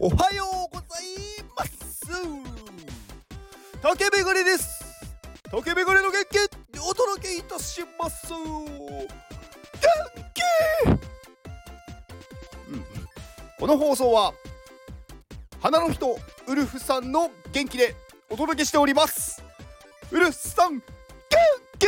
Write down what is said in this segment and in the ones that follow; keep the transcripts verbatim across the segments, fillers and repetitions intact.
おはようございます。竹メガネです。竹メガネの元気お届けいたします。元気、うん、この放送は花の人ウルフさんの元気でお届けしております。ウルフさん元気、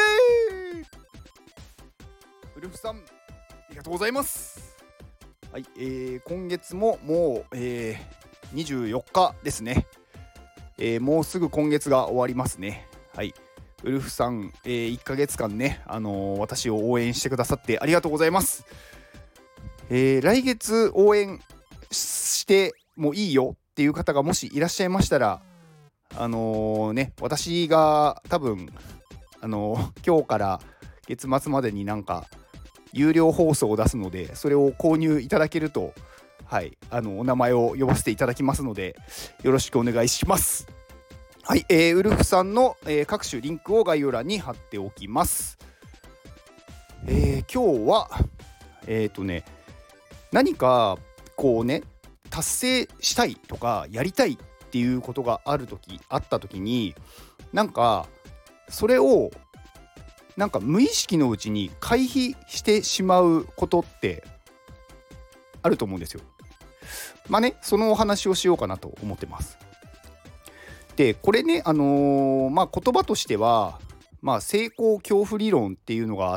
ウルフさんありがとうございます。はい、えー、今月ももう、えー、にじゅうよっかですね、えー、もうすぐ今月が終わりますね。はい、ウルフさん、えー、いっかげつかんね、あのー、私を応援してくださってありがとうございます。えー、来月応援してもいいよっていう方がもしいらっしゃいましたら、あのー、ね、私が多分、あのー、今日から月末までになんか有料放送を出すので、それを購入いただけると、はい、あのお名前を呼ばせていただきますので、よろしくお願いします。はい、えー、ウルフさんの、えー、各種リンクを概要欄に貼っておきます。えー、今日はえっとね何かこうね達成したいとかやりたいっていうことがあるときあったときに、なんかそれをなんか無意識のうちに回避してしまうことってあると思うんですよ。まあね、そのお話をしようかなと思ってます。で、これね、あのー、まあ言葉としては、まあ成功恐怖理論っていうのがあって、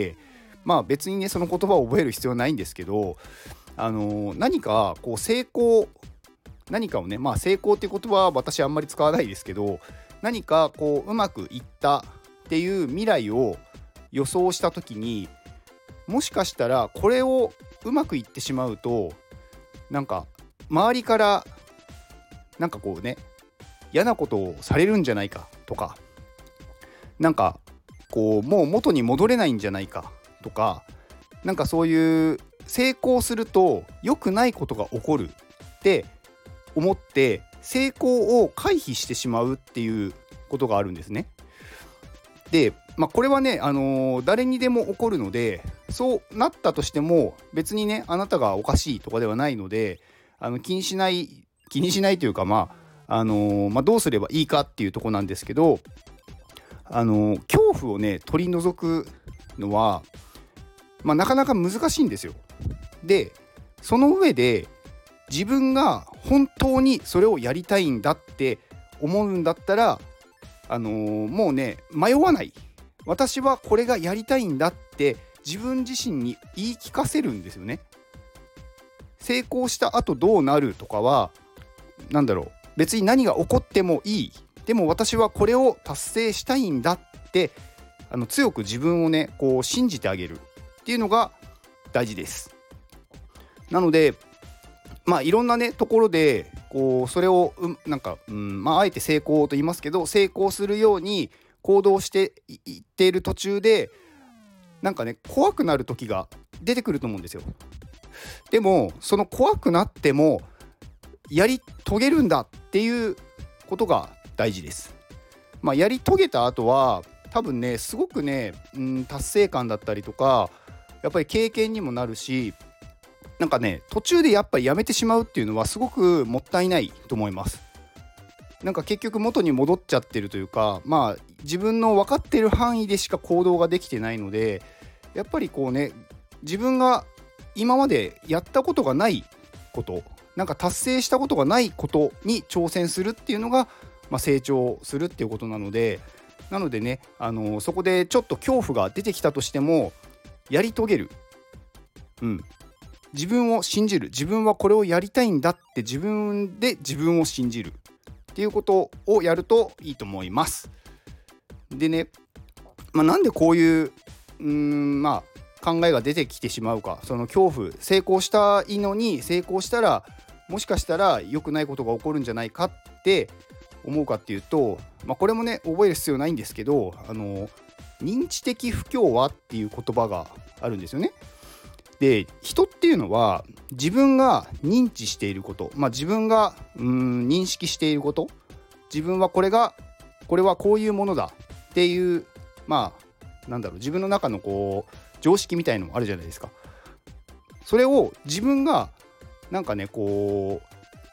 まあ別にねその言葉を覚える必要はないんですけど、あのー、何かこう成功何かをね、まあ成功っていう言葉は私あんまり使わないですけど、何かこううまくいったっていう未来を予想した時に、もしかしたらこれをうまくいってしまうと、なんか周りからなんかこうね嫌なことをされるんじゃないかとか、なんかこうもう元に戻れないんじゃないかとか、なんかそういう成功すると良くないことが起こるって思って成功を回避してしまうっていうことがあるんですね。で、まあ、これはね、あのー、誰にでも起こるので、そうなったとしても別にねあなたがおかしいとかではないので、あの気にしない気にしないというか、まああのーまあ、どうすればいいかっていうとこなんですけど、あのー、恐怖をね取り除くのは、まあ、なかなか難しいんですよ。で、その上で自分が本当にそれをやりたいんだって思うんだったら、あのー、もうね迷わない、私はこれがやりたいんだって自分自身に言い聞かせるんですよね。成功した後どうなるとかはなんだろう、別に何が起こってもいい、でも私はこれを達成したいんだってあの強く自分をねこう信じてあげるっていうのが大事です。なのでまあいろんなねところでこうそれを、うん、なんか、うんまあ、あえて成功と言いますけど、成功するように行動していっている途中でなんかね怖くなる時が出てくると思うんですよ。でもその怖くなってもやり遂げるんだっていうことが大事です。まあやり遂げた後は多分ねすごくね、うん、達成感だったりとかやっぱり経験にもなるし、なんかね途中でやっぱりやめてしまうっていうのはすごくもったいないと思います。なんか結局元に戻っちゃってるというか、まあ自分の分かってる範囲でしか行動ができてないので、やっぱりこうね自分が今までやったことがないこと、なんか達成したことがないことに挑戦するっていうのが、まあ、成長するっていうことなので、なのでね、あのー、そこでちょっと恐怖が出てきたとしてもやり遂げる、うん、自分を信じる、自分はこれをやりたいんだって自分で自分を信じるっていうことをやるといいと思います。でね、まあ、なんでこういう、うーんまあ考えが出てきてしまうか、その恐怖、成功したいのに成功したらもしかしたら良くないことが起こるんじゃないかって思うかっていうと、まあ、これもね覚える必要ないんですけど、あの認知的不協和っていう言葉があるんですよね。で、人っていうのは自分が認知していること、まあ、自分がうーん認識していること、自分はこれがこれはこういうものだっていう、まあなんだろう、自分の中のこう常識みたいのもあるじゃないですか。それを自分がなんかねこう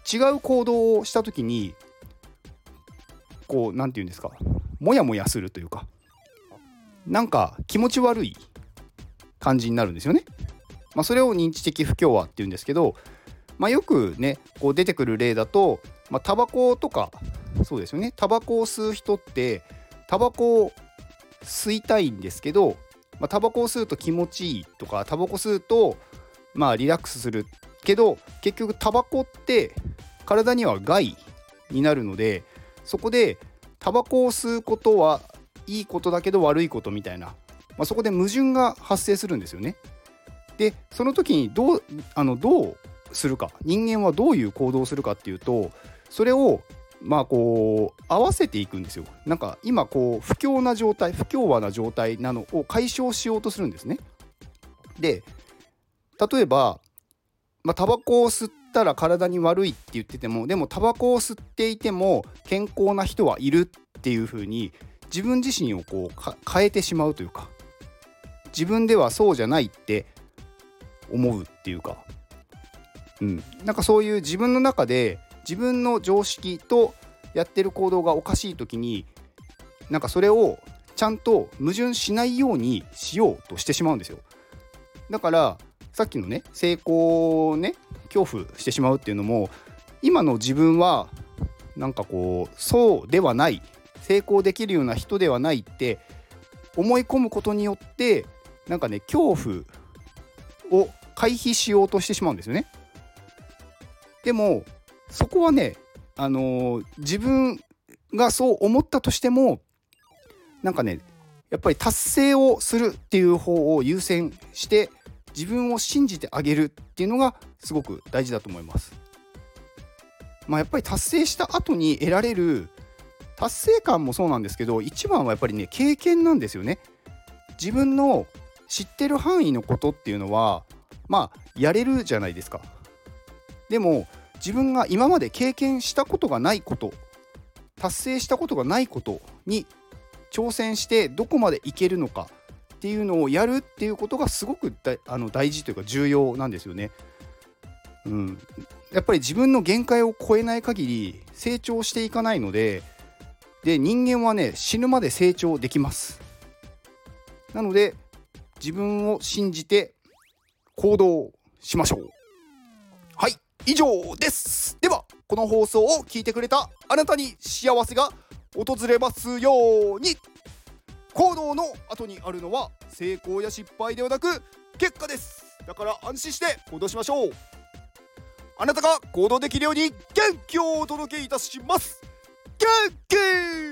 違う行動をした時にこうなんていうんですか、モヤモヤするというか、なんか気持ち悪い感じになるんですよね。まあ、それを認知的不協和っていうんですけど、まあ、よくねこう出てくる例だと、まあ、タバコとかそうですよね。タバコを吸う人ってタバコを吸いたいんですけど、まあ、タバコを吸うと気持ちいいとか、タバコ吸うとまあリラックスするけど、結局タバコって体には害になるので、そこでタバコを吸うことはいいことだけど悪いことみたいな、まあ、そこで矛盾が発生するんですよね。でその時にどうあのどうするか、人間はどういう行動をするかっていうと、それをまあこう合わせていくんですよ。なんか今こう不協な状態不協和な状態なのを解消しようとするんですね。で例えば、まあ、タバコを吸ったら体に悪いって言ってても、でもタバコを吸っていても健康な人はいるっていう風に自分自身をこう変えてしまうというか、自分ではそうじゃないって思うっていうか、うん、なんかそういう自分の中で自分の常識とやってる行動がおかしい時に、なんかそれをちゃんと矛盾しないようにしようとしてしまうんですよ。だからさっきのね成功をね恐怖してしまうっていうのも、今の自分はなんかこうそうではない、成功できるような人ではないって思い込むことによって、なんかね恐怖を回避しようとしてしまうんですよね。でもそこはね、あのー、自分がそう思ったとしても、なんかねやっぱり達成をするっていう方を優先して自分を信じてあげるっていうのがすごく大事だと思います。まあやっぱり達成した後に得られる達成感もそうなんですけど、一番はやっぱりね経験なんですよね。自分の知ってる範囲のことっていうのはまあやれるじゃないですか。でも自分が今まで経験したことがないこと、達成したことがないことに挑戦してどこまでいけるのかっていうのをやるっていうことがすごくだあの大事というか重要なんですよね。うん、やっぱり自分の限界を超えない限り成長していかないので、で人間はね死ぬまで成長できます。なので自分を信じて行動しましょう。はい、以上です。ではこの放送を聞いてくれたあなたに幸せが訪れますように。行動の後にあるのは成功や失敗ではなく結果です。だから安心して行動しましょう。あなたが行動できるように元気をお届けいたします。元気